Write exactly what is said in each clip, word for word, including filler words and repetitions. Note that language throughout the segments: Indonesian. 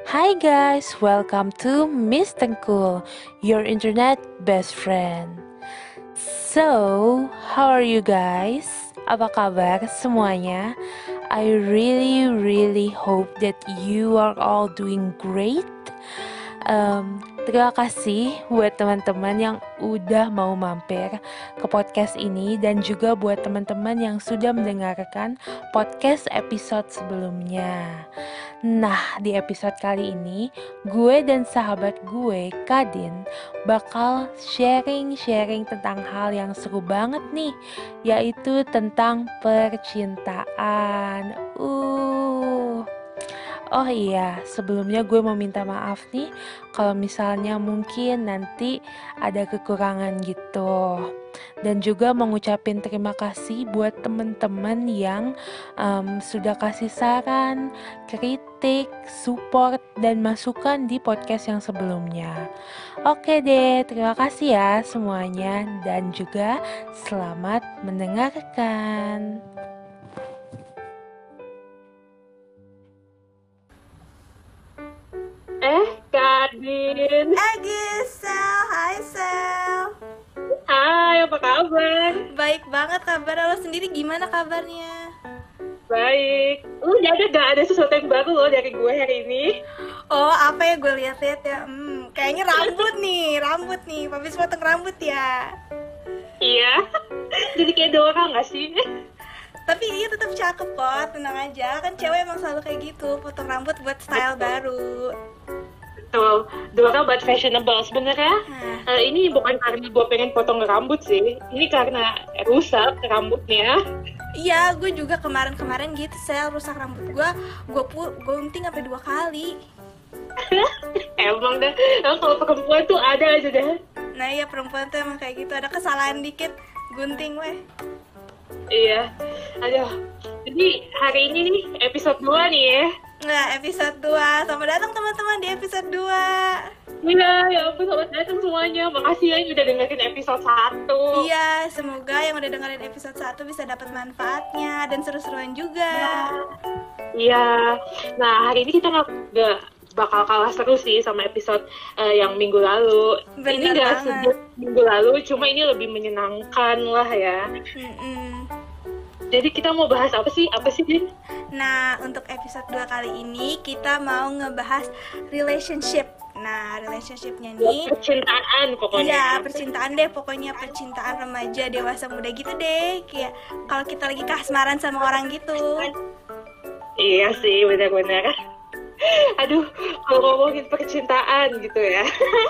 Hi guys, welcome to Miss Tengkul, your internet best friend. So, how are you guys? Apa kabar semuanya? I really really hope that you are all doing great. Um, terima kasih buat teman-teman yang udah mau mampir ke podcast ini dan juga buat teman-teman yang sudah mendengarkan podcast episode sebelumnya. Nah, di episode kali ini, gue dan sahabat gue, Kadin, bakal sharing-sharing tentang hal yang seru banget nih, yaitu tentang percintaan. Uh. Oh iya, sebelumnya gue mau minta maaf nih kalau misalnya mungkin nanti ada kekurangan gitu. Dan juga mau ngucapin terima kasih buat temen-temen yang um, sudah kasih saran, kritik, support, dan masukan di podcast yang sebelumnya. Oke deh, terima kasih ya semuanya dan juga selamat mendengarkan. Eh, Kadin. Eh Gisel, hai Sel. Hai, apa kabar? Baik banget kabar, lo sendiri gimana kabarnya? Baik. Lu jadi gak ada sesuatu yang baru loh dari gue hari ini? Oh, apa ya gue lihat-lihat ya? Hmm, kayaknya rambut nih, rambut nih. Habis potong rambut ya. Iya. Jadi kayak Dora gak sih? Tapi iya tetap cakep kok, tenang aja. Kan cewek emang selalu kayak gitu, potong rambut buat style baru. Betul. Dora buat fashionable sebenarnya. Nah. Uh, ini bukan karena gue pengen potong rambut sih. Ini karena rusak rambutnya. Iya, gue juga kemarin-kemarin gitu Sel, rusak rambut gue. Gue pu- gunting sampai dua kali. Emang deh, emang kalau perempuan tuh ada aja deh. Nah iya, perempuan tuh emang kayak gitu, ada kesalahan dikit gunting weh. Iya. Aduh. Jadi hari ini nih episode dua nih ya. Nah, episode dua. Selamat datang teman-teman di episode dua. Iya, ya ampun, selamat datang semuanya. Makasih ya yang udah dengerin episode satu. Iya, semoga yang udah dengerin episode satu bisa dapat manfaatnya dan seru-seruan juga. Iya. Nah, hari ini kita nggak nggak bakal kalah seru sih sama episode uh, yang minggu lalu. Bener ini nggak banget. sejauh minggu lalu, cuma ini lebih menyenangkan lah ya. Mm-mm. Jadi kita mau bahas apa sih? Apa sih, Din? Nah, untuk episode dua kali ini kita mau ngebahas relationship. Nah, relationshipnya nih, Percintaan pokoknya. iya percintaan deh, pokoknya percintaan remaja, dewasa, muda gitu deh. Kayak kalau kita lagi kasmaran sama orang gitu. Iya sih, benar-benar. Aduh, kalau ngomongin percintaan gitu ya.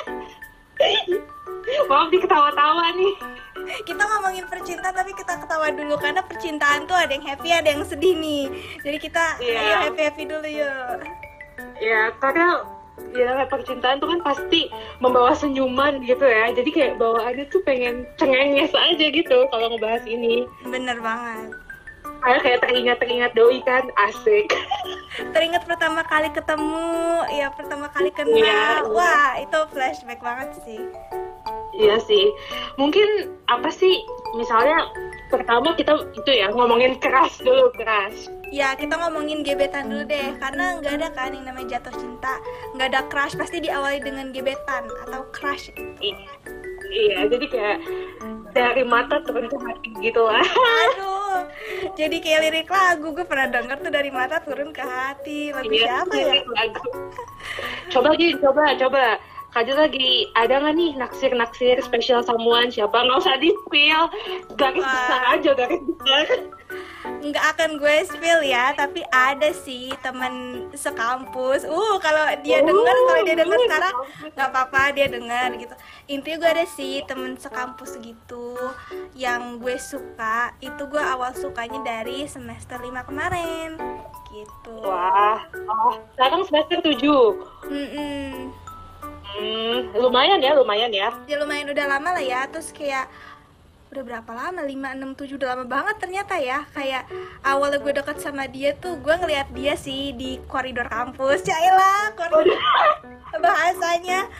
Maaf nih ketawa-tawa nih. Kita ngomongin percintaan tapi kita ketawa dulu karena percintaan tuh ada yang happy, ada yang sedih nih. Jadi kita Iya. ayo happy-happy dulu yuk. Ya, karena ya percintaan tuh kan pasti membawa senyuman gitu ya. Jadi kayak bawaannya tuh pengen cengenges aja gitu kalau ngebahas ini. Bener banget. Kayak kayak teringat-teringat doi kan, asik. Teringat pertama kali ketemu, ya pertama kali kenal. Iya, iya. Wah, itu flashback banget sih. Iya sih. Mungkin apa sih misalnya pertama kita itu ya ngomongin keras dulu, keras. Ya, kita ngomongin gebetan dulu deh, karena nggak ada kan yang namanya jatuh cinta, nggak ada crush, pasti diawali dengan gebetan atau crush. I- iya, jadi kayak dari mata turun ke hati gitu lah. Aduh, jadi kayak lirik lagu, gue pernah denger tuh dari mata turun ke hati. Lagu Iya, siapa ya? lagu. Coba Gin, coba, coba. Kajian lagi, ada nggak nih naksir-naksir spesial someone siapa? Nggak usah di-spill, garis Wah. besar aja, garis besar. Nggak akan gue spill ya, tapi ada sih teman sekampus. Uh, kalau dia Oh, denger, kalau dia denger iya, sekarang sekampus. nggak apa-apa dia denger gitu. Intinya gue ada sih temen sekampus gitu yang gue suka. Itu gue awal sukanya dari semester lima kemarin gitu. Wah, oh, sekarang semester tujuh. Mm-mm. Hmm, lumayan ya, lumayan ya. Ya lumayan udah lama lah ya. Terus kayak udah berapa lama? lima, enam, tujuh udah lama banget ternyata ya. Kayak awalnya gue deket sama dia tuh gue ngeliat dia sih di koridor kampus. Cailah, koridor bahasanya.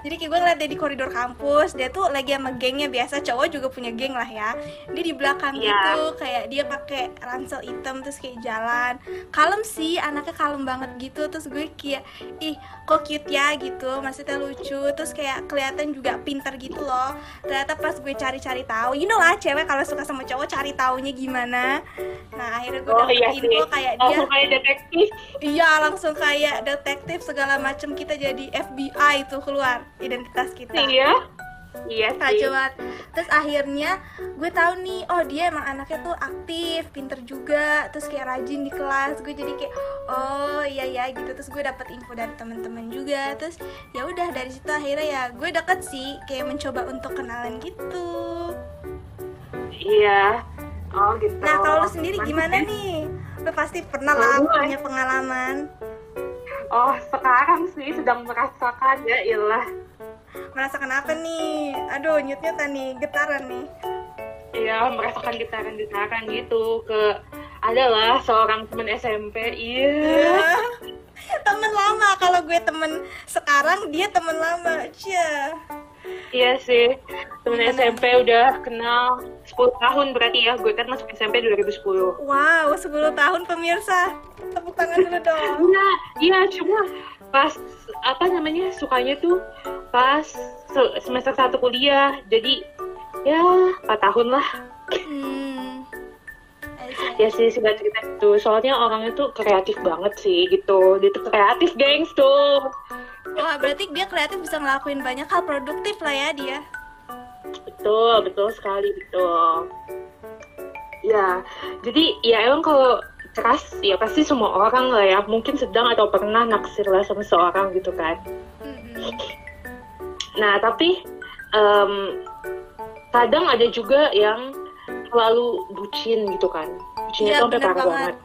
Jadi kayak gue ngeliat dia di koridor kampus, dia tuh lagi sama gengnya, biasa cowok juga punya geng lah ya. Dia di belakang Iya. gitu, kayak dia pakai ransel hitam terus kayak jalan. Kalem sih, anaknya kalem banget gitu. Terus gue kayak, ih kok cute ya gitu, maksudnya lucu. Terus kayak kelihatan juga pintar gitu loh. Ternyata pas gue cari-cari tahu, you know lah cewek kalau suka sama cowok cari taunya gimana. Nah akhirnya gue Oh dapet iya sih. info kayak dia, Langsung kayak detektif. iya langsung kayak detektif segala macem, kita jadi F B I tuh keluar identitas kita. Iya. Iya sih. Kacau banget. Terus akhirnya gue tahu nih, oh dia emang anaknya tuh aktif, pinter juga, terus kayak rajin di kelas. Gue jadi kayak, oh iya ya gitu. Terus gue dapet info dari teman-teman juga. Terus ya udah dari situ akhirnya ya gue deket sih, kayak mencoba untuk kenalan gitu. Iya. Oh gitu. Nah kalau lu sendiri Mantap gimana ya. nih? Lu pasti pernah lah Kalau gue- punya pengalaman. Oh sekarang sih sedang merasakan ya ilah. Merasakan apa nih? Aduh nyut-nyutan nih, getaran nih. Iya merasakan getaran-getaran gitu ke adalah seorang teman S M P. Iya. Temen lama, kalau gue temen sekarang, dia temen lama. Cia. Iya sih. Teman S M P udah kenal sepuluh tahun berarti ya. Gue kan masuk S M P dua ribu sepuluh. Wow, sepuluh tahun pemirsa. Tepuk tangan dulu dong. Iya, iya cuma pas apa namanya sukanya tuh pas se- semester satu kuliah. Jadi ya empat tahun lah. Hmm. Aja. Ya sih singkat cerita itu. Soalnya orangnya tuh kreatif banget sih gitu. Dia tuh kreatif gengs tuh. Wah, berarti dia kreatif bisa ngelakuin banyak hal produktif lah ya dia. Betul, betul sekali betul. Ya, jadi ya emang kalau keras ya pasti semua orang lah ya mungkin sedang atau pernah naksir lah sama seorang gitu kan. Mm-mm. Nah tapi em, kadang ada juga yang terlalu bucin gitu kan. Bucinnya Iya, tuh sampai bener parah banget. banget.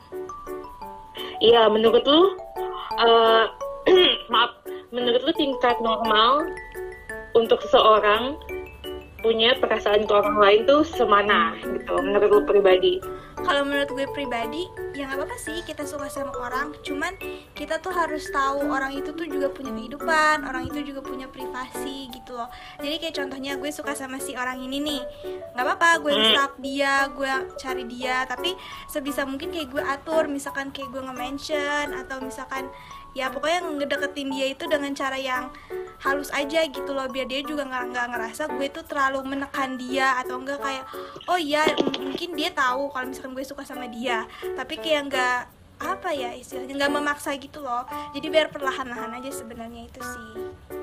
Iya menurut lu eh, maaf menurut lu tingkat normal untuk seseorang punya perasaan ke orang lain tuh semana gitu menurut lu pribadi? Kalau menurut gue pribadi, ya nggak apa-apa sih kita suka sama orang. Cuman kita tuh harus tahu orang itu tuh juga punya kehidupan, orang itu juga punya privasi gitu loh. Jadi kayak contohnya gue suka sama si orang ini nih, nggak apa-apa gue Hmm. stalk dia, gue cari dia. Tapi sebisa mungkin kayak gue atur, misalkan kayak gue nge-mention atau misalkan ya pokoknya ngedeketin dia itu dengan cara yang halus aja gitu loh, biar dia juga nggak nggak ngerasa gue tuh terlalu menekan dia, atau enggak kayak oh iya m- mungkin dia tahu kalau misalkan gue suka sama dia, tapi kayak nggak apa ya istilahnya nggak memaksa gitu loh. Jadi biar perlahan-lahan aja sebenarnya itu sih.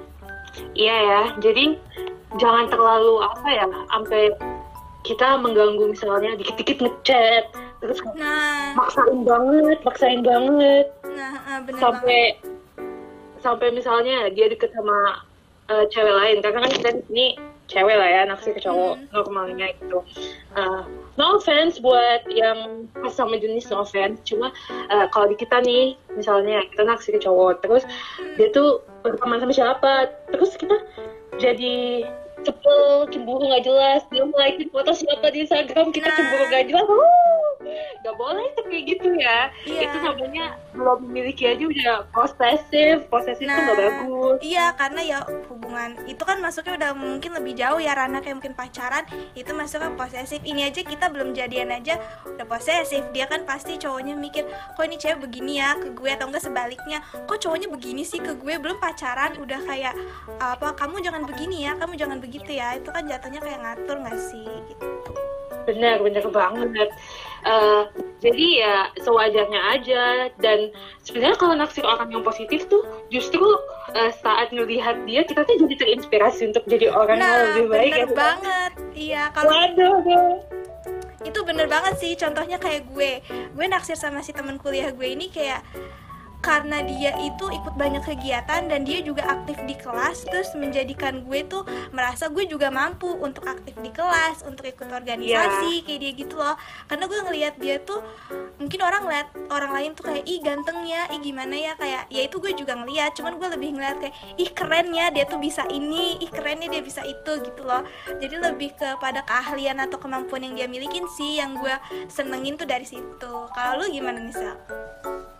Iya ya, jadi jangan terlalu apa ya sampai kita mengganggu misalnya dikit-dikit ngechat terus Nah, maksain banget, maksain banget nah ah, bener banget. sampai sampai misalnya dia deket sama eh, cewek lain karena kan kita di sini cewek lah ya naksir ke cowok Hmm. normalnya gitu. Eh, no offense buat yang pas sama jenis, no offense, cuma eh, kalau di kita nih misalnya kita naksir ke cowok terus dia tuh berteman sama siapa terus kita jadi cepel cemburu nggak jelas, dia nge-like foto siapa di Instagram kita Nah. cemburu nggak jelas. Uh, nggak boleh tuh kayak gitu ya. Iya. Itu namanya belum memiliki aja udah posesif, posesif tuh nggak bagus. Iya, karena ya hubungan itu kan masuknya udah mungkin lebih jauh ya, ranah kayak mungkin pacaran itu masuknya posesif. Ini aja kita belum jadian aja udah posesif. Dia kan pasti cowoknya mikir, kok ini cewek begini ya ke gue, atau enggak sebaliknya, kok cowoknya begini sih ke gue, belum pacaran udah kayak apa, kamu jangan begini ya, kamu jangan begitu ya. Itu kan jatuhnya kayak ngatur nggak sih gitu. Benar, benar banget. Eh, jadi ya sewajarnya aja. Dan sebenarnya kalau naksir orang yang positif tuh justru eh, saat ngelihat dia kita tuh jadi terinspirasi untuk jadi orang yang Nah, lebih baik. bener ya. banget. Iya, kalau Waduh, waduh. itu bener banget sih. Contohnya kayak gue gue naksir sama si teman kuliah gue ini kayak karena dia itu ikut banyak kegiatan dan dia juga aktif di kelas, terus menjadikan gue tuh merasa gue juga mampu untuk aktif di kelas, untuk ikut organisasi kayak dia gitu loh. Karena gue ngelihat dia tuh, mungkin orang lihat orang lain tuh kayak ih ganteng ya, ih gimana ya, kayak ya itu gue juga ngelihat, cuman gue lebih ngeliat kayak ih keren ya dia tuh bisa ini, ih kerennya dia bisa itu gitu loh. Jadi lebih kepada keahlian atau kemampuan yang dia milikin sih yang gue senengin tuh dari situ. Kalau lu gimana misal?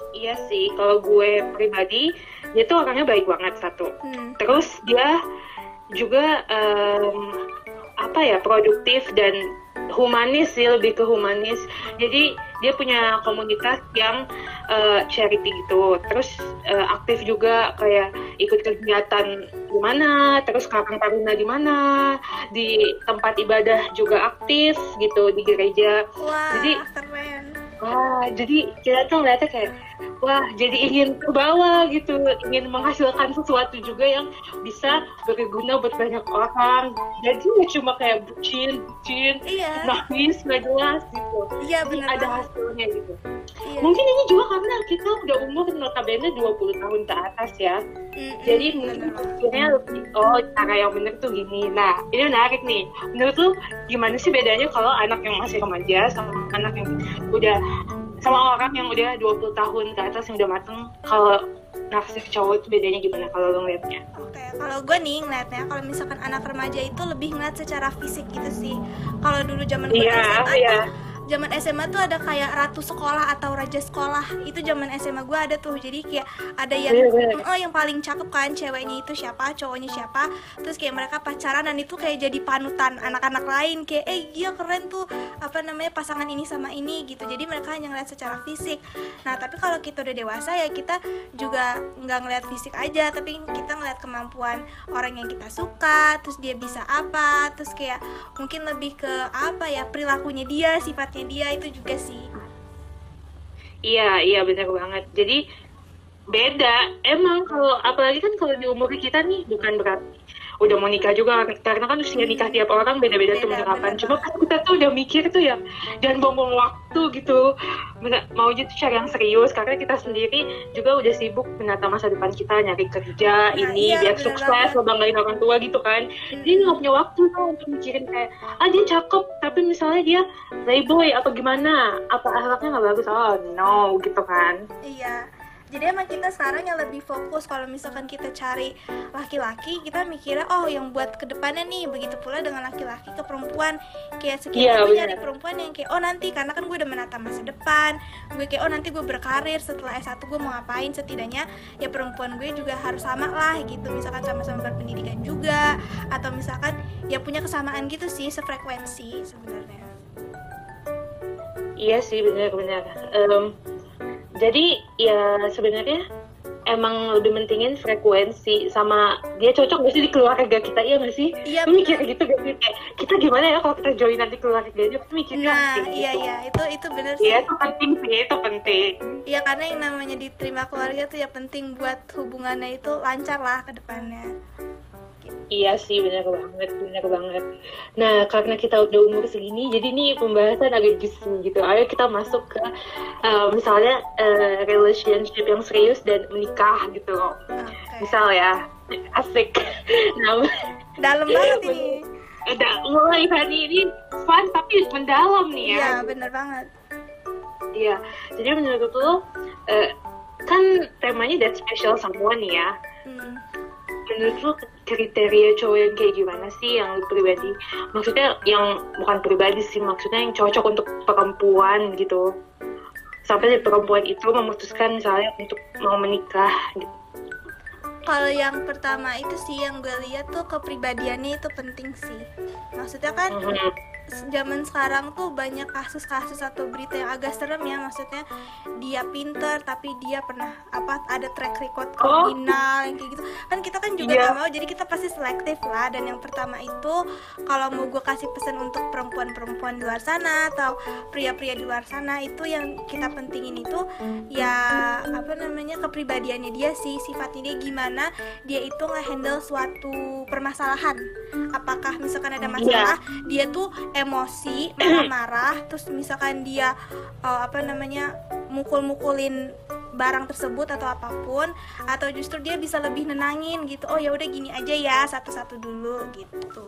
Iya sih, kalau gue pribadi, dia tuh orangnya baik banget satu. Hmm. Terus dia juga em, apa ya, produktif dan humanis sih, lebih ke humanis. Jadi dia punya komunitas yang eh, charity gitu. Terus eh, aktif juga kayak ikut kegiatan di mana, terus Karang Taruna di mana, di tempat ibadah juga aktif gitu di gereja. Wah, Jadi keren. wah, jadi kita tuh ngeliatnya kayak, wah, jadi ingin ke bawah gitu, ingin menghasilkan sesuatu juga yang bisa berguna buat banyak orang. Jadi ya cuma kayak bucin, bucin, Iya, nangis, nggak jelas gitu. iya Jadi bener ada banget. hasilnya gitu. Iya. Mungkin ini juga karena kita udah umur notabene dua puluh tahun ke atas ya. Mm-mm, Jadi bener mungkin banget. pikirnya lebih, oh cara yang bener tuh gini. Nah, ini menarik nih. Menurut lu gimana sih bedanya kalau anak yang masih remaja sama anak yang udah, sama orang yang udah dua puluh tahun ke atas yang udah mateng, kalau naksir cowok itu bedanya gimana kalau lu ngeliatnya? Oke, kalau gue nih ngeliatnya, kalau misalkan anak remaja itu lebih ngeliat secara fisik gitu sih. Kalau dulu zaman gue Iya, S M A iya. tuh, zaman S M A tuh ada kayak ratu sekolah atau raja sekolah. Itu zaman S M A gue ada tuh. Jadi kayak ada yang Iya, bener. oh yang paling cakep kan, ceweknya itu siapa, cowoknya siapa. Terus kayak mereka pacaran dan itu kayak jadi panutan anak-anak lain, kayak eh iya keren tuh apa namanya pasangan ini sama ini gitu. Jadi mereka hanya ngeliat secara fisik. Nah, tapi kalau kita udah dewasa ya kita juga nggak ngeliat fisik aja, tapi kita ngeliat kemampuan orang yang kita suka, terus dia bisa apa, terus kayak mungkin lebih ke apa ya, perilakunya dia, sifatnya dia, itu juga sih. Iya, iya benar banget. Jadi beda. Emang kalau apalagi kan kalau di umur kita nih bukan berarti udah mau nikah juga, karena kan usia nikah tiap orang beda-beda tuh Beda, kapan. bener Cuma kan kita tuh udah mikir tuh ya, jangan buang-buang waktu gitu. Bener, mau aja tuh cari yang serius, karena kita sendiri juga udah sibuk menata masa depan kita, nyari kerja, Nah, ini iya, biar bener sukses, banget. ngebanggain orang tua gitu kan. Jadi nggak punya waktu tuh untuk mikirin kayak, ah dia cakep, tapi misalnya dia playboy apa gimana, apa akhlaknya nggak bagus, oh no gitu kan. Iya. Jadi emang kita sekarang yang lebih fokus kalau misalkan kita cari laki-laki, kita mikirnya oh yang buat kedepannya nih. Begitu pula dengan laki-laki ke perempuan, kayak sekian Iya, gue bener. nyari perempuan yang kayak oh nanti, karena kan gue udah menata masa depan, gue kayak oh nanti gue berkarir setelah S satu gue mau ngapain, setidaknya ya perempuan gue juga harus sama lah gitu, misalkan sama-sama berpendidikan juga, atau misalkan ya punya kesamaan gitu sih, sefrekuensi sebenarnya. Iya sih benar-benar. Em, jadi ya sebenarnya emang lebih mentingin frekuensi sama dia cocok gak sih di keluarga kita, iya gak sih? Iya, Lu mikir gitu gak sih? Kayak, kita gimana ya kalau kita join nanti keluarga dia? Lu mikirnya Nah, kayak iya gitu. iya, itu itu bener sih. Iya itu penting sih, itu penting. Iya, karena yang namanya diterima keluarga tuh ya penting buat hubungannya itu lancar lah ke depannya. Iya sih benar banget, benar banget. Nah karena kita udah umur segini, jadi nih pembahasan agak juicy gitu. Ayo kita masuk ke uh, misalnya uh, relationship yang serius dan menikah gitu. Oke. Misal ya, asik. Nah, Dalam banget ini. udah mulai hari ini fun tapi mendalam nih ya. Iya, bener banget. Iya. Jadi menurut lo, uh, kan temanya that special someone nih ya. Hmm. Menurut lo kriteria cowok yang kayak gimana sih yang lu pribadi? Maksudnya yang bukan pribadi sih, maksudnya yang cocok untuk perempuan gitu. Sampai dari perempuan itu memutuskan misalnya untuk mau menikah gitu. Kalau yang pertama itu sih yang gue lihat tuh kepribadiannya itu penting sih. Maksudnya kan Mhm. zaman sekarang tuh banyak kasus-kasus atau berita yang agak serem ya, maksudnya dia pinter tapi dia pernah apa ada track record Oh. kriminal yang kayak gitu kan, kita kan juga Iya. nggak mau, jadi kita pasti selektif lah. Dan yang pertama itu kalau mau gue kasih pesan untuk perempuan-perempuan di luar sana atau pria-pria di luar sana, itu yang kita pentingin itu ya apa namanya kepribadiannya dia sih, sifatnya dia gimana, dia itu nge-handle suatu permasalahan. Apakah misalkan ada masalah dia tuh emosi, marah-marah, terus misalkan dia uh, apa namanya mukul-mukulin barang tersebut atau apapun, atau justru dia bisa lebih nenangin gitu, oh ya udah gini aja ya, satu-satu dulu gitu.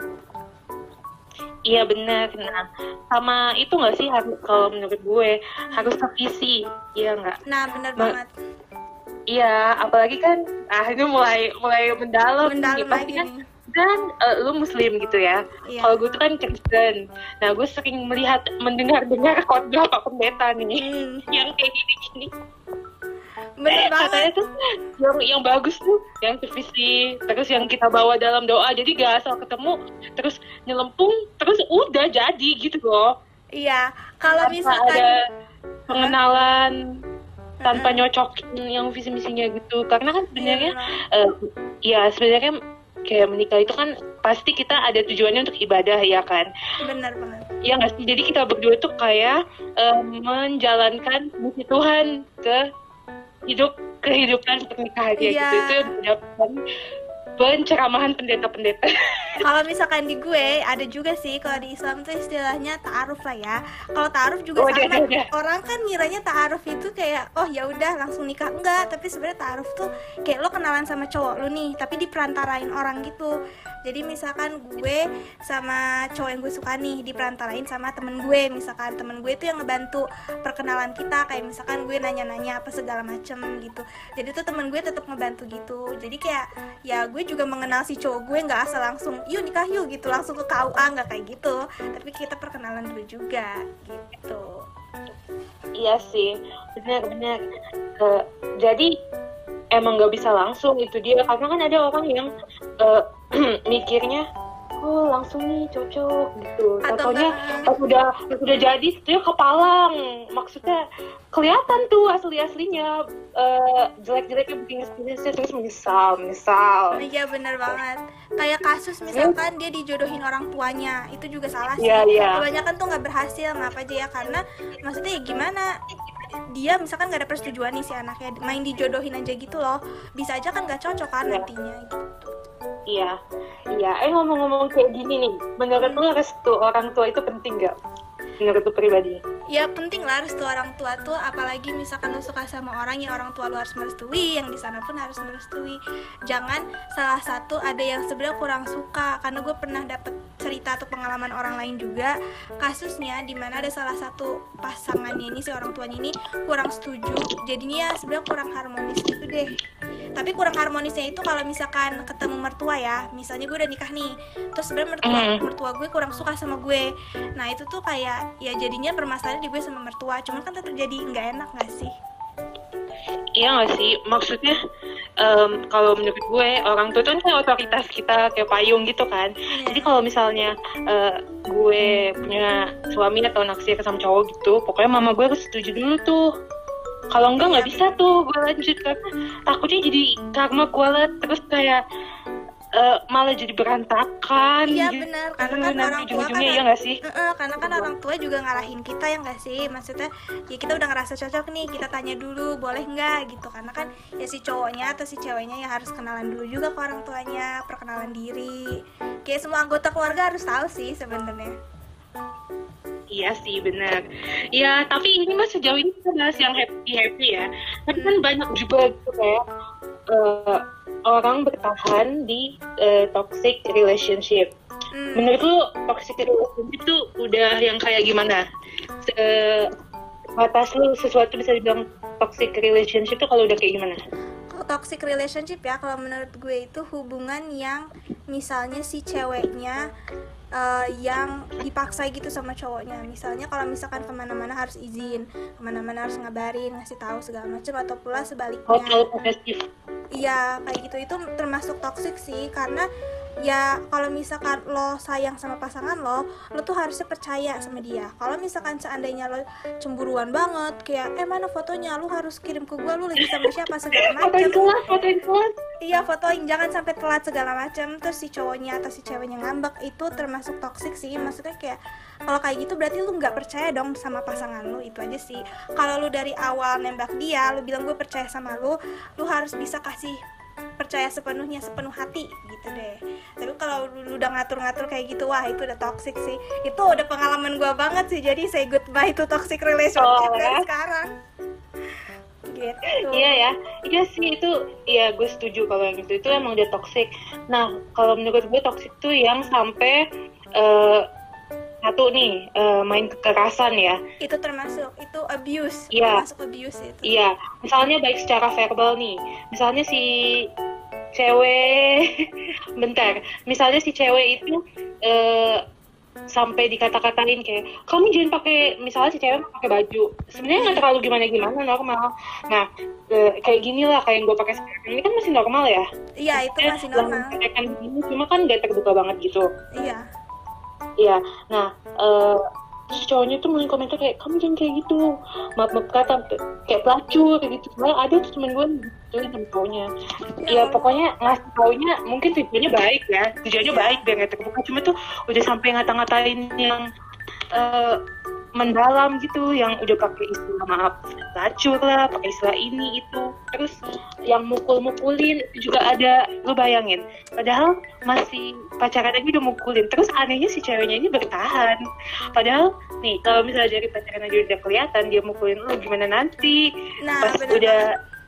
Iya benar. Nah, sama itu nggak sih harus, kalau menurut gue harus sevisi, iya nggak? Nah benar Ma- banget, Iya, apalagi kan, ah ini mulai mulai mendalam, mendalam nih. Pasti lagi kan nih. dan eh, lu muslim gitu ya. Iya. Kalau gue tuh kan Kristen. Nah, gue sering melihat mendengar-dengar khotbah Pak Pendeta nih Hmm. yang kayak gini-gini. Bener Katanya banget. tuh yang yang bagus tuh yang sevisi, terus yang kita bawa dalam doa, jadi gak asal ketemu terus nyelempung terus udah jadi gitu loh, Iya, kalau tanpa ada misalkan pengenalan, tanpa Mm-mm. nyocokin yang visi misinya gitu. Karena kan Iya sebenarnya benar. eh, ya sebenarnya kayak menikah itu kan pasti kita ada tujuannya untuk ibadah ya kan. Benar banget. Ya nggak sih? Jadi kita berdua tuh kayak eh, menjalankan misi Tuhan ke hidup kehidupan pernikahan ya Iya. gitu. Itu yang didapatkan penceramahan pendeta-pendeta. Kalau misalkan di gue ada juga sih, kalau di Islam tuh istilahnya ta'aruf lah ya. Kalau ta'aruf juga Oh, ada, sama. ada. Orang kan ngiranya ta'aruf itu kayak oh ya udah langsung nikah, enggak, tapi sebenarnya ta'aruf tuh kayak lo kenalan sama cowok lo nih, tapi diperantarain orang gitu. Jadi misalkan gue sama cowok yang gue suka nih diperantarain sama temen gue, misalkan temen gue itu yang ngebantu perkenalan kita, kayak misalkan gue nanya-nanya apa segala macem gitu. Jadi tuh temen gue tetap ngebantu gitu. Jadi kayak ya gue juga mengenal si cowok gue, nggak asal langsung yuk nikah yuk gitu langsung ke K U A, nggak kayak gitu, tapi kita perkenalan dulu juga gitu. Iya sih, benar-benar. Eh, jadi emang nggak bisa langsung itu dia, karena kan ada orang yang eh, mikirnya oh langsung nih cocok gitu, Atau contohnya enggak, pas udah pas udah jadi dia kepalang, maksudnya kelihatan tuh asli aslinya jelek-jeleknya bikin bisnisnya, terus menyesal menyesal. iya bener banget. Kayak kasus misalkan dia dijodohin orang tuanya, itu juga salah sih. Iya, iya. Kebanyakan tuh nggak berhasil, ngapa aja ya, karena maksudnya ya gimana, dia misalkan nggak ada persetujuan nih si anaknya main dijodohin aja gitu loh, bisa aja kan nggak cocok kan Iya. nantinya gitu. Iya, iya. Eh ngomong-ngomong kayak gini nih, menurut lu restu orang tua itu penting nggak? Menurut lu pribadi? Ya penting lah restu orang tua tuh, apalagi misalkan lu suka sama orang yang orang tua lu harus merestui, yang di sana pun harus merestui. Jangan salah satu ada yang sebenarnya kurang suka, karena gue pernah dapet cerita atau pengalaman orang lain juga, kasusnya dimana ada salah satu pasangannya ini, si orang tuanya ini kurang setuju, jadinya sebenarnya kurang harmonis gitu deh. Tapi kurang harmonisnya itu kalau misalkan ketemu mertua ya, misalnya gue udah nikah nih, terus sebenarnya mertua Mm. mertua gue kurang suka sama gue, nah itu tuh kayak ya jadinya permasalahan di gue sama mertua, cuman kan tetap jadi nggak enak nggak sih? Iya nggak sih? Maksudnya em, kalau menurut gue orang tua itu kan otoritas kita kayak payung gitu kan. Iya. Jadi kalau misalnya eh, gue punya suami atau naksir sama cowok gitu, pokoknya mama gue harus setuju dulu tuh. Kalau enggak nggak bisa tuh gue lanjut, karena takutnya jadi karma gue lah, terus kayak eh, malah jadi berantakan. Iya gitu. benar, karena Aduh, kan nanti orang tua kan ujung-ujungnya iya nggak sih? Heeh, karena kan orang tua juga ngarahin kita ya nggak sih, maksudnya ya kita udah ngerasa cocok nih, kita tanya dulu boleh nggak gitu, karena kan ya si cowoknya atau si ceweknya ya harus kenalan dulu juga ke orang tuanya, perkenalan diri, kayak semua anggota keluarga harus tahu sih sebenarnya. Iya sih benar. Ya tapi ini mah sejauh ini kita bahas yang happy happy ya. Tapi kan banyak juga gitu kayak eh, orang bertahan di eh, toxic relationship. Hmm. Menurut lu toxic relationship itu udah yang kayak gimana? Se- batas lu sesuatu bisa dibilang toxic relationship itu kalau udah kayak gimana? Kalau toxic relationship ya, kalau menurut gue itu hubungan yang misalnya si ceweknya uh, yang dipaksa gitu sama cowoknya. Misalnya kalau misalkan kemana-mana harus izin, kemana-mana harus ngabarin, ngasih tahu segala macam, atau pula Oh, sebaliknya. terlalu posesif. Iya kayak gitu, itu termasuk toxic sih, karena ya kalau misalkan lo sayang sama pasangan lo, lo tuh harusnya percaya sama dia. Kalau misalkan seandainya lo cemburuan banget, kayak eh mana fotonya, lo harus kirim ke gue, lo lagi sama siapa segala Fotoin macam. kelas, fotoin kelas. Iya fotoin, jangan sampai telat segala macam. Terus si cowoknya atau si ceweknya ngambek, itu termasuk toxic sih. Maksudnya kayak kalau kayak gitu berarti lu nggak percaya dong sama pasangan lu, itu aja sih. Kalau lu dari awal nembak dia, lu bilang gue percaya sama lu, lu harus bisa kasih percaya sepenuhnya, sepenuh hati gitu deh. Tapi kalau lu udah ngatur-ngatur kayak gitu, wah itu udah toxic sih. Itu udah pengalaman gue banget sih. Jadi say goodbye to toxic relationship Oh, dari ya? sekarang. Gitu. Iya ya, iya sih itu, iya gue setuju kalau yang itu itu emang udah toxic. Nah kalau menurut gue toxic tuh yang sampai eh, satu nih eh, main kekerasan ya. Itu termasuk, itu abuse. Iya. Termasuk abuse itu. Iya, misalnya baik secara verbal nih, misalnya si cewek, bentar, misalnya si cewek itu eh, sampai dikata-katain kayak kamu jangan pakai, misalnya si cewek pakai baju sebenarnya nggak terlalu gimana-gimana, normal. Nah e, kayak gini lah kayak yang gue pakai sekarang ini kan masih normal ya. Iya, itu masih normal. Kan begini, cuma kan gak terbuka banget gitu. Iya. Iya. Nah e, terus cowoknya tuh mulai komentar kayak kamu jangan kayak gitu, maaf maaf kata kayak pelacur kayak gitu. Malah ada tuh temen gue gitu sama cowoknya. Ya pokoknya ngasih taunya mungkin tujuannya baik ya, tujuannya baik biar nggak terbuka. Cuma tuh udah sampai ngata-ngatain yang uh, mendalam gitu, yang udah pakai istilah maaf pelacur lah, pakai istilah ini itu, terus yang mukul-mukulin itu juga ada. Lu bayangin, padahal masih pacaran aja udah mukulin. Terus anehnya si ceweknya ini bertahan, padahal nih kalau misalnya dari pacaran aja udah kelihatan dia mukulin lu, gimana nanti Nah, pas bener udah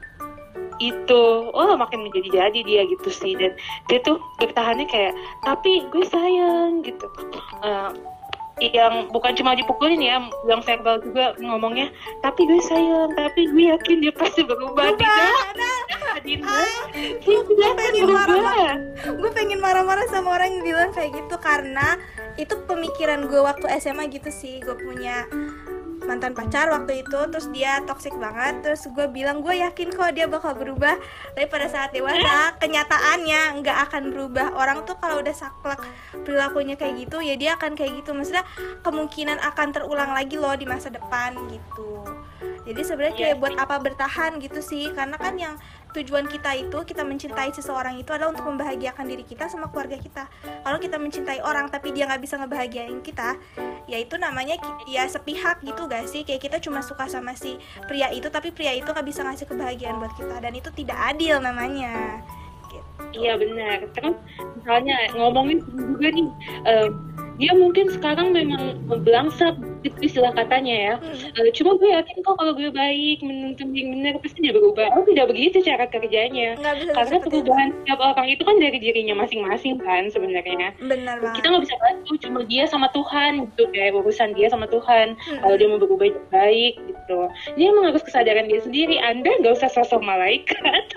itu, oh makin menjadi-jadi dia gitu sih. Dan dia tuh bertahannya kayak tapi gue sayang gitu. Uh, yang bukan cuma dipukulin ya, yang verbal juga ngomongnya, tapi gue sayang, tapi gue yakin dia pasti berubah. Tidak, Adinda, dia tidak akan berubah. Gue pengen marah-marah sama orang yang bilang kayak gitu, karena itu pemikiran gue waktu S M A gitu sih. Gue punya mantan pacar waktu itu, terus dia toxic banget, terus gue bilang gue yakin kok dia bakal berubah, tapi pada saat dewasa kenyataannya nggak akan berubah. Orang tuh kalau udah saklek perilakunya kayak gitu ya dia akan kayak gitu, maksudnya kemungkinan akan terulang lagi loh di masa depan gitu. Jadi sebenarnya kayak buat apa bertahan gitu sih, karena kan yang tujuan kita itu, kita mencintai seseorang itu adalah untuk membahagiakan diri kita sama keluarga kita. Kalau kita mencintai orang tapi dia nggak bisa ngebahagiain kita, ya itu namanya ya sepihak gitu gak sih? Kayak kita cuma suka sama si pria itu tapi pria itu nggak bisa ngasih kebahagiaan buat kita, dan itu tidak adil namanya. Iya benar. Terus misalnya ngomongin juga nih, uh, dia mungkin sekarang memang belangsak istilah katanya ya. Hmm. Uh, cuma gue yakin kok kalau gue baik, menuntun yang benar pasti dia berubah. Oh tidak begitu cara kerjanya. Karena perubahan setiap orang itu kan dari dirinya masing-masing kan sebenarnya. Benar banget. Kita nggak bisa bantu, cuma dia sama Tuhan gitu, kayak urusan dia sama Tuhan. Hmm. Kalau dia mau berubah baik gitu, dia emang harus kesadaran dia sendiri. Anda nggak usah sosok malaikat.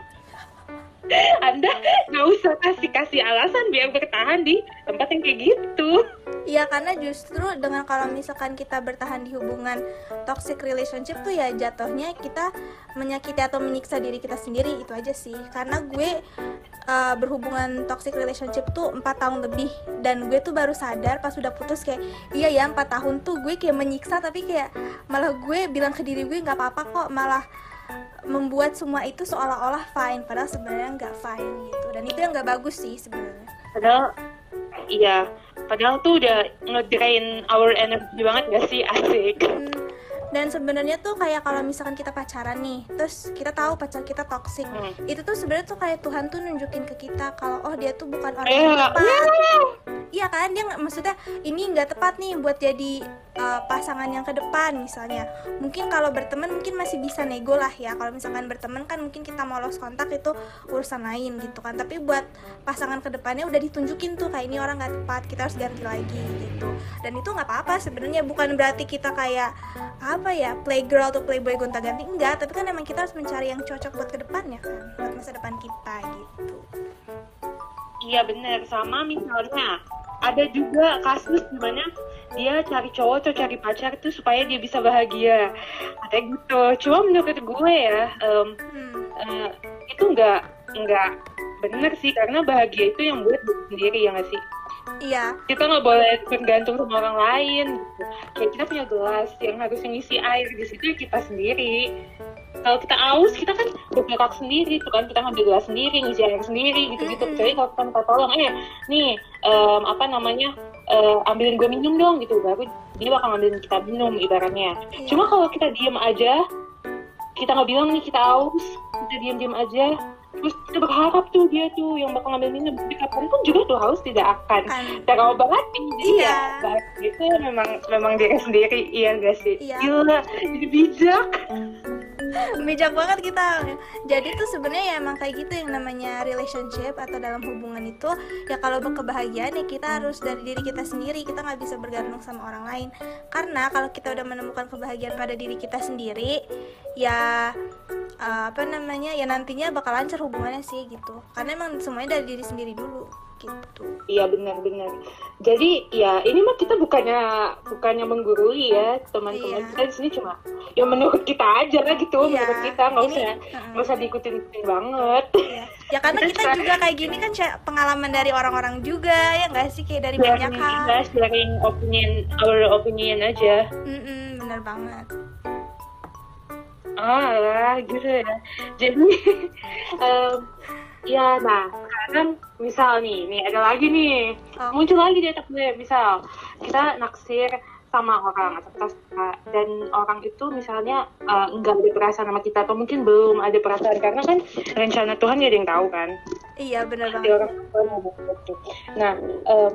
Anda nggak usah kasih-kasih alasan biar bertahan di tempat yang kayak gitu. Iya, karena justru dengan kalau misalkan kita bertahan di hubungan toxic relationship tuh ya jatuhnya kita menyakiti atau menyiksa diri kita sendiri, itu aja sih. Karena gue uh, berhubungan toxic relationship tuh empat tahun lebih, dan gue tuh baru sadar pas udah putus kayak iya ya empat tahun tuh gue kayak menyiksa, tapi kayak malah gue bilang ke diri gue nggak apa-apa kok, malah membuat semua itu seolah-olah fine, padahal sebenarnya nggak fine gitu. Dan itu yang nggak bagus sih sebenarnya. Padahal iya, padahal tuh udah nge-drain our energy banget gak sih, asik. Hmm. Dan sebenarnya tuh kayak kalau misalkan kita pacaran nih, terus kita tahu pacar kita toxic, hmm. itu tuh sebenarnya tuh kayak Tuhan tuh nunjukin ke kita kalau oh dia tuh bukan orang yang tepat. Iya kan, dia nggak, maksudnya ini nggak tepat nih buat jadi uh, pasangan yang ke depan misalnya. Mungkin kalau berteman mungkin masih bisa nego lah ya. Kalau misalkan berteman kan mungkin kita mau lost kontak itu urusan lain gitu kan. Tapi buat pasangan ke depannya udah ditunjukin tuh kayak ini orang nggak tepat, kita harus ganti lagi gitu. Dan itu nggak apa-apa sebenarnya, bukan berarti kita kayak apa ya playgirl atau playboy gonta-ganti, enggak. Tapi kan emang kita harus mencari yang cocok buat ke depannya kan, buat masa depan kita gitu. Iya benar. Sama misalnya ada juga kasus dimana dia cari cowok atau cari pacar tuh supaya dia bisa bahagia, katanya gitu. Cuma menurut gue ya um, hmm. uh, itu nggak nggak benar sih, karena bahagia itu yang buat diri sendiri, ya nggak sih? Iya. Kita nggak boleh bergantung sama orang lain. Gitu. Kayak kita punya gelas yang harus ngisi air di situ ya kita sendiri. Kalau kita aus, kita kan bergerak sendiri, tuh kan kita ngambil gelas sendiri, ngisi air sendiri, gitu-gitu. Jadi kalau kita minta tolong, eh, nih, um, apa namanya, uh, ambilin gue minum dong, gitu, baru dia bakal ngambilin kita minum, ibaratnya. Yeah. Cuma kalau kita diem aja, kita nggak bilang nih kita aus, kita diem-diem aja, terus kita berharap tuh dia tuh yang bakal ngambil minum, tapi kapanpun juga tuh haus tidak akan terobati. Jadi iya. ya, itu memang memang diri sendiri, iya nggak sih? Iya. Gila, jadi bijak. Bijak banget kita. Jadi tuh sebenarnya ya emang kayak gitu yang namanya relationship atau dalam hubungan itu ya, kalau berkebahagiaan ya kita harus dari diri kita sendiri, kita nggak bisa bergantung sama orang lain. Karena kalau kita udah menemukan kebahagiaan pada diri kita sendiri, ya uh, apa namanya ya nantinya bakal lancar hubungannya sih gitu, karena emang semuanya dari diri sendiri dulu gitu. Iya benar-benar. Jadi ya ini mah kita bukannya bukannya menggurui ya teman-teman. Iya. Kita di sini cuma ya menurut kita aja lah gitu, Iya. menurut kita nggak Ini, usah uh-uh. nggak usah diikutin-ikutin banget. Iya. Ya karena Kita kita sekarang- juga kayak gini kan ca- pengalaman dari orang-orang juga ya nggak sih, kayak dari banyak Sharing, hal. kita sharing opinion, our opinion aja. Mm-mm, bener banget. Ah lah gitu ya. Jadi em, ya nah sekarang misal nih, nih ada lagi nih Oh. muncul lagi di otak gue, misal kita naksir sama orang atau kita suka dan orang itu misalnya uh, enggak ada perasaan sama kita atau mungkin belum ada perasaan karena kan rencana Tuhan ya ada yang tahu kan. Iya bener Di banget. orang tua mau begitu. Nah, em,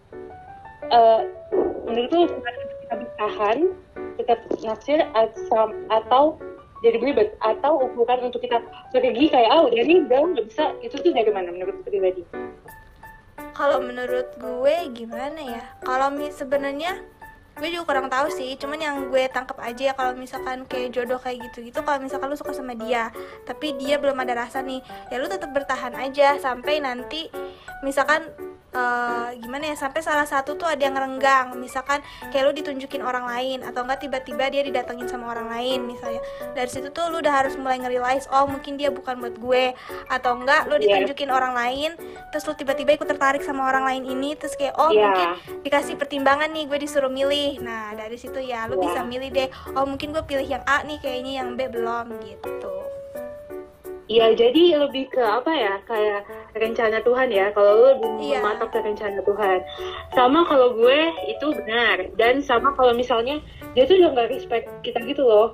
eh, menurut lu kita bertahan, kita naksir atau, atau jadi belibet atau ukuran untuk kita pergi kayak ah udah nih udah nggak bisa, itu tuh dari mana menurut pribadi? Kalau menurut gue gimana ya? Kalau mi- sebenarnya gue juga kurang tahu sih, cuman yang gue tangkap aja ya kalau misalkan kayak jodoh kayak gitu-gitu, kalau misalkan lu suka sama dia tapi dia belum ada rasa nih, ya lu tetap bertahan aja sampai nanti misalkan eh, gimana ya, sampai salah satu tuh ada yang renggang, misalkan kayak lu ditunjukin orang lain atau enggak tiba-tiba dia didatengin sama orang lain misalnya, dari situ tuh lu udah harus mulai nge-realize oh mungkin dia bukan buat gue, atau enggak lu Iya. ditunjukin orang lain terus lu tiba-tiba ikut tertarik sama orang lain ini, terus kayak oh Iya. mungkin dikasih pertimbangan nih, gue disuruh milih. Nah dari situ ya lu Iya. bisa milih deh, oh mungkin gue pilih yang A nih kayaknya, yang B belum gitu. Iya, jadi lebih ke apa ya, kayak rencana Tuhan ya, kalau lu lebih Iya. mematok ke rencana Tuhan. Sama kalau gue itu benar, dan sama kalau misalnya dia tuh udah nggak respect kita gitu loh.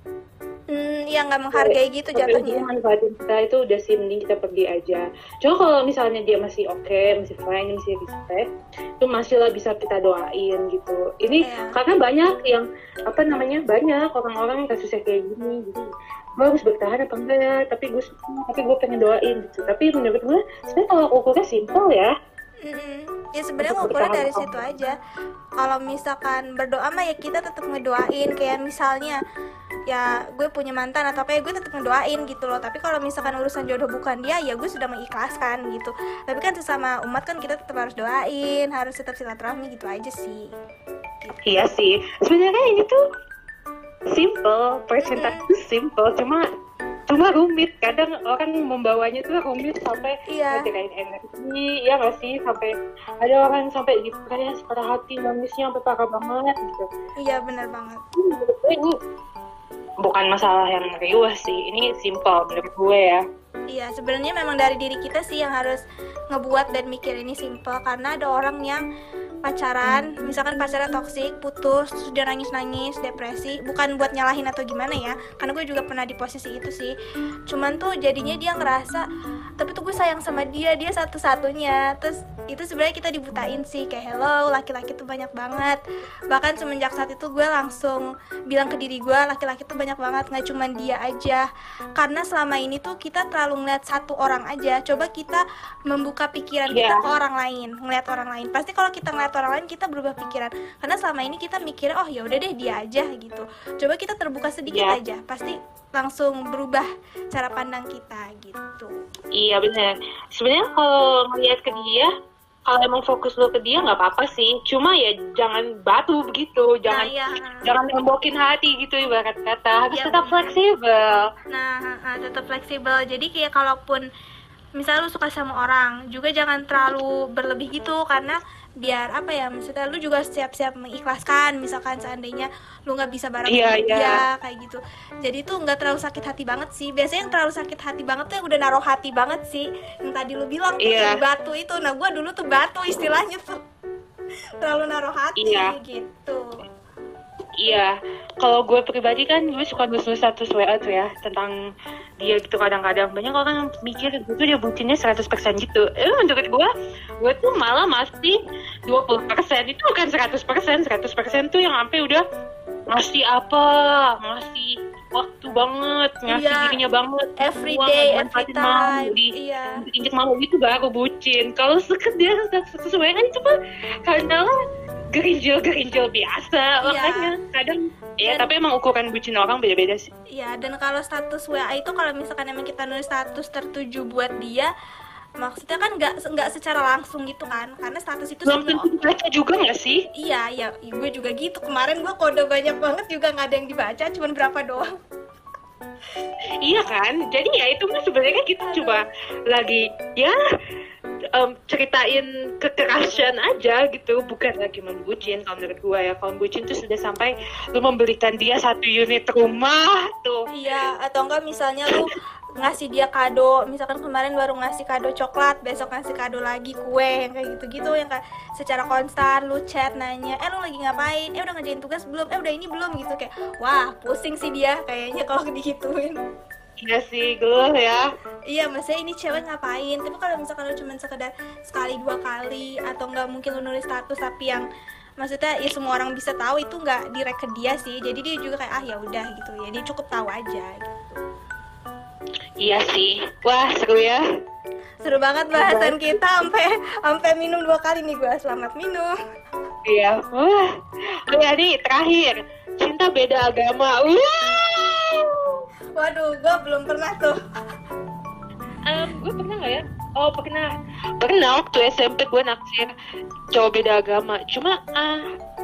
Hmm, ya nggak menghargai gitu Sampai dia jatuhnya. manfaatin kita, itu udah sih mending kita pergi aja. Cuma kalau misalnya dia masih oke, masih fine, masih respect, itu masih lah bisa kita doain gitu. Ini Iya. karena banyak yang apa namanya, banyak orang-orang yang kasusnya kayak gini, jadi gue harus bertahan apa enggak ya, tapi gue suka, tapi gue pengen doain gitu. Tapi menurut gue sebenarnya kalau ukurnya simpel ya. Mm-mm. Ya sebenarnya Untuk ngukurnya bertahan dari apa? situ aja. Kalau misalkan berdoa mah ya kita tetap ngedoain, kayak misalnya ya gue punya mantan atau kayak gue tetap ngedoain gitu loh. Tapi kalau misalkan urusan jodoh bukan dia, ya gue sudah mengikhlaskan gitu. Tapi kan sesama umat kan kita tetap harus doain, harus tetap silaturahmi gitu aja sih. Iya sih, sebenarnya ini tuh simple, percintaan Mm-mm. itu simple, cuma cuma rumit. Kadang orang membawanya tuh rumit sampai Iya. ngejagain energi, ya nggak sih, sampai ada orang yang sampai depres, pada hati nangisnya sampai parah banget gitu. Iya benar banget. Menurut gue ini bukan masalah yang riuh sih, ini simple menurut gue ya. Iya, sebenarnya memang dari diri kita sih yang harus ngebuat dan mikir ini simple, karena ada orang yang pacaran, misalkan pacarnya toksik, putus, terus dia nangis-nangis, depresi, bukan buat nyalahin atau gimana ya, karena gue juga pernah di posisi itu sih, cuman tuh jadinya dia ngerasa, tapi tuh gue sayang sama dia, dia satu-satunya, terus itu sebenarnya kita dibutain sih, kayak hello, laki-laki tuh banyak banget, bahkan semenjak saat itu gue langsung bilang ke diri gue, laki-laki tuh banyak banget, nggak cuman dia aja, karena selama ini tuh kita terlalu ngeliat satu orang aja, coba kita membuka pikiran kita Iya. ke orang lain, ngeliat orang lain, pasti kalau kita ngeliat orang lain kita berubah pikiran, karena selama ini kita mikir oh ya udah deh dia aja gitu, coba kita terbuka sedikit Iya. aja, pasti langsung berubah cara pandang kita gitu. Iya benar. Sebenarnya kalau ngeliat ke dia, kalau emang fokus lo ke dia nggak apa-apa sih. Cuma ya jangan batu begitu, jangan Nah ya, jangan nembokin hati gitu ibarat kata. Harus Iya, tetap benar. fleksibel. nah uh, tetap fleksibel, jadi kayak kalaupun misalnya lu suka sama orang juga jangan terlalu berlebih gitu, karena biar apa ya, maksudnya lu juga siap-siap mengikhlaskan misalkan seandainya lu nggak bisa bareng Iya, sama iya. dia kayak gitu, jadi tuh nggak terlalu sakit hati banget sih. Biasanya yang terlalu sakit hati banget tuh yang udah naruh hati banget sih, yang tadi lu bilang tuh Iya. yang batu itu. Nah gua dulu tuh batu istilahnya tuh terlalu naruh hati Iya. gitu. Iya, kalau gue pribadi kan gue suka nulis status W A tuh ya tentang dia gitu. Kadang-kadang banyak orang yang mikir gue tuh dia bucinnya seratus persen gitu. Eh menurut gue, gue tuh malah masih dua puluh persen. Itu bukan seratus persen. seratus persen tuh yang sampai udah ngasih apa, ngasih waktu banget, ngasih Iya. dirinya banget, Every uang, day, every manfaatin mau, time. di Iya. injek mau gitu baru bucin. Kalau sekedar status W A itu mah karena gerinjel-gerinjel biasa, Iya. makanya kadang ya Dan- tapi emang ukuran bucin orang beda-beda sih. Iya, dan kalau status W A itu kalau misalkan emang kita nulis status tertuju buat dia, maksudnya kan nggak nggak secara langsung gitu kan, karena status itu Belum semua. tentu dibaca juga nggak sih? Iya, iya, gue juga gitu. Kemarin gue kode banyak banget juga nggak ada yang dibaca, cuman berapa doang. Iya kan, jadi ya itu mah sebenarnya kita coba lagi ya em, ceritain kekerasan aja gitu, bukan lagi membucin. Kalau menurut gue ya, kalau membucin tuh sudah sampai lu memberikan dia satu unit rumah tuh. Iya, atau enggak misalnya lu ngasih dia kado, misalkan kemarin baru ngasih kado coklat, besok ngasih kado lagi kue, yang kayak gitu-gitu, yang kayak secara konstan lu chat nanya, eh lu lagi ngapain, eh udah ngerjain tugas belum, eh udah ini belum, gitu. Kayak wah pusing sih dia kayaknya kalau digituin. Iya sih, geluh ya. Iya, maksudnya ini cewek ngapain, tapi kalau misalkan lu cuma sekedar sekali dua kali, atau enggak mungkin lu nulis status tapi yang maksudnya ya semua orang bisa tahu, itu nggak direct ke dia sih, jadi dia juga kayak ah ya udah gitu ya, dia cukup tahu aja gitu. Iya sih, wah seru ya. Seru banget bahasan kita, sampai sampai minum dua kali nih gue. Selamat minum. Iya, wah. Oh ya nih terakhir, cinta beda agama. Wah. Waduh, gue belum pernah tuh. Um, gue pernah nggak ya? Oh pernah, pernah waktu S M P gue naksir cowok beda agama. Cuma ah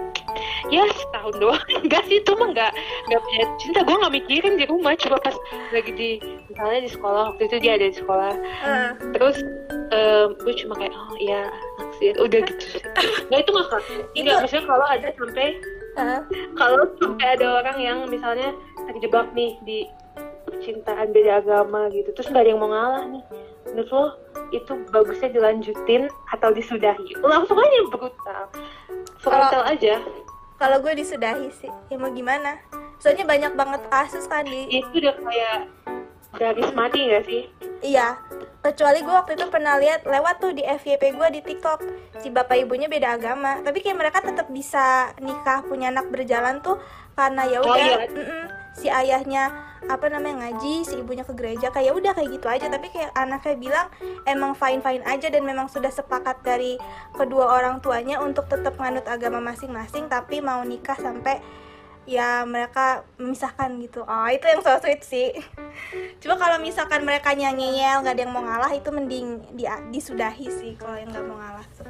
ya setahun doang. Enggak sih, itu mah nggak nggak punya cinta. Gue nggak mikirin di rumah. Coba pas lagi di misalnya di sekolah, waktu itu dia ada di sekolah. Uh, Terus um, gue cuma kayak oh iya naksir, udah gitu sih. Nggak itu nggak Itu- nggak maksudnya kalau ada sampai uh, kalau sampai ada orang yang misalnya terjebak nih di percintaan beda agama gitu, terus nggak ada yang mau ngalah nih, menurut lo itu bagusnya dilanjutin atau disudahi? Langsung aja brutal, frontal aja. kalau gue disudahi sih, ya mau gimana? Soalnya banyak banget kasus kan di. Itu udah kayak garis mati nggak sih? Iya. Kecuali gue waktu itu pernah lihat lewat tuh di F Y P gue di TikTok, si bapak ibunya beda agama, tapi kayak mereka tetap bisa nikah punya anak berjalan tuh karena ya Oh, udah, iya. mm-mm, si ayahnya apa namanya ngaji, si ibunya ke gereja, kayak ya udah kayak gitu aja. Tapi kayak anaknya bilang emang fine fine aja dan memang sudah sepakat dari kedua orang tuanya untuk tetap nganut agama masing-masing, tapi mau nikah sampai ya mereka memisahkan gitu. Oh itu yang so sweet sih. Cuma kalau misalkan mereka nyanyel nggak ada yang mau ngalah, itu mending di, disudahi sih kalau yang nggak mau ngalah tuh.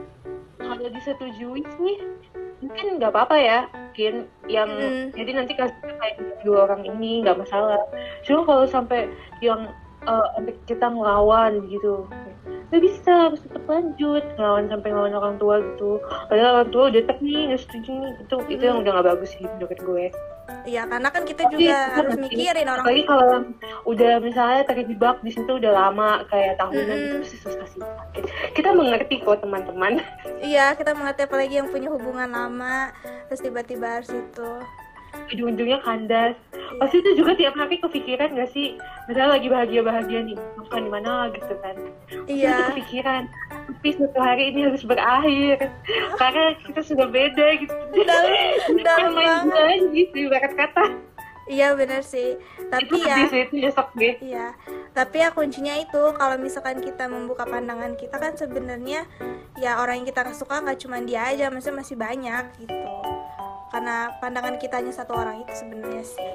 Kalau disetujui sih mungkin nggak apa-apa ya, mungkin yang Mm. jadi nanti kasusnya kayak dua orang ini nggak masalah. Cuma kalau sampai yang eh, sampai kita ngelawan gitu, nggak bisa, harus tetap lanjut ngelawan sampai ngelawan orang tua gitu. Padahal orang tua udah tek nih nggak setuju nih, itu itu yang udah nggak bagus sih menurut gue. Iya, karena kan kita Tapi, juga bener harus sih. mikirin orang. Apalagi kalau yang udah misalnya terjebak di situ udah lama kayak tahunan, Mm-mm. itu pasti susah sih. Kita mengerti kok teman-teman. Iya, kita mengerti apalagi yang punya hubungan lama terus tiba-tiba harus itu. Ujung-ujungnya kandas. Pasti itu juga tiap hari kepikiran gak sih? Misalnya lagi bahagia-bahagia nih, makan di mana gitu kan. Pasti Iya. itu kepikiran. Tapi suatu hari ini harus berakhir. Karena kita sudah beda gitu. Dalam, dalam Main banget. bulan gitu, ibarat kata. Iya benar sih. Tapi Itu ya. sedih sih, itu nyesek deh. Iya, tapi ya kuncinya itu kalau misalkan kita membuka pandangan kita kan sebenarnya ya orang yang kita suka nggak cuma dia aja, maksudnya masih banyak gitu. Karena pandangan kita hanya satu orang itu sebenarnya sih.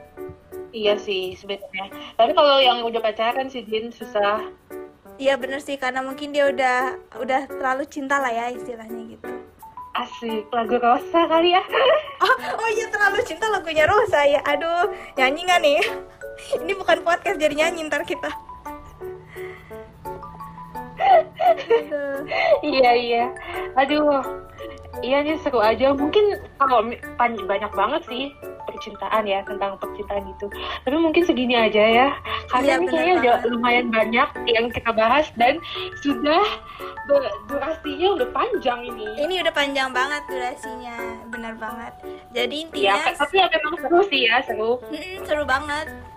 Iya sih sebenarnya. Tapi kalau yang udah pacaran sih Din susah. Iya bener sih, karena mungkin dia udah udah terlalu cinta lah ya istilahnya gitu. Asik, lagu Rosa kali ya. Oh, oh iya terlalu cinta lagunya Rosa ya. Aduh, nyanyi nggak nih? Ini bukan podcast jadi nyanyi ntar kita. Aduh. Iya iya. Aduh. Iya nih seru aja. Mungkin kalau mi- pan- banyak banget sih percintaan ya, tentang percintaan itu. Tapi mungkin segini aja ya. Iya, Karena ini bener kayaknya udah banget. lumayan banyak yang kita bahas dan sudah ber- durasinya udah panjang ini. Ini udah panjang banget durasinya, benar banget. Jadi Ya, intinya tapi ya memang seru sih ya, seru. Mm-mm, seru banget.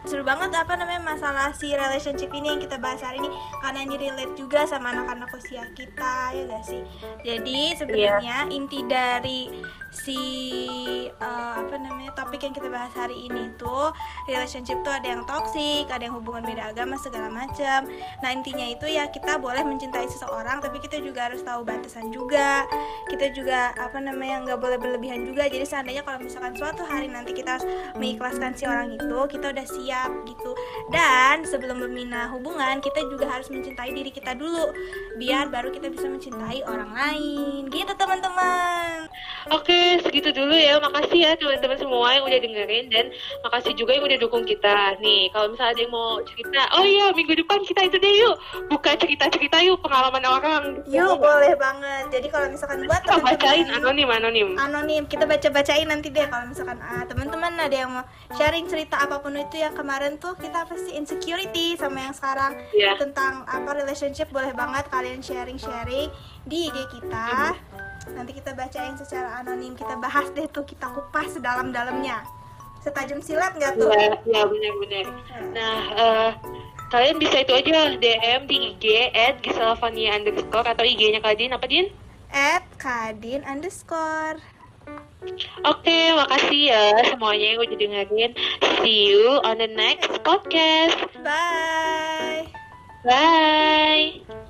seru banget apa namanya masalah si relationship ini yang kita bahas hari ini, karena ini relate juga sama anak-anak usia kita, ya gak sih? Jadi sebenarnya inti dari si uh, apa namanya topik yang kita bahas hari ini tuh, relationship tuh ada yang toxic, ada yang hubungan beda agama segala macam. Nah intinya itu ya kita boleh mencintai seseorang, tapi kita juga harus tahu batasan juga. Kita juga apa namanya nggak boleh berlebihan juga. Jadi seandainya kalau misalkan suatu hari nanti kita harus mengikhlaskan si orang itu, kita udah siap gitu. Dan sebelum membina hubungan, kita juga harus mencintai diri kita dulu, biar baru kita bisa mencintai orang lain. Gitu teman-teman. Oke, segitu dulu ya. Makasih ya teman-teman semua yang udah dengerin, dan makasih juga yang udah dukung kita. Nih, kalau misalnya ada yang mau cerita, oh iya minggu depan kita itu deh yuk, buka cerita-cerita yuk, pengalaman orang. Yuk, boleh banget. Jadi kalau misalkan buat Kita bacain teman-teman anonim anonim. anonim, kita baca-bacain nanti deh kalau misalkan ah, teman-teman ada yang mau sharing cerita apapun itu yang kemarin tuh kita pasti insecurity sama yang sekarang Iya. tentang apa relationship, boleh banget kalian sharing-sharing di I G kita. Nanti kita bacain secara anonim, kita bahas deh tuh, kita kupas sedalam-dalamnya. Setajam silat nggak tuh? Iya, ya, benar-benar. Nah, eh, kalian bisa itu aja D M di I G at giselavania underscore atau I G-nya Kak Din apa Din? At kadin underscore. Oke, makasih ya semuanya yang udah dengerin. See you on the next podcast. Bye. Bye.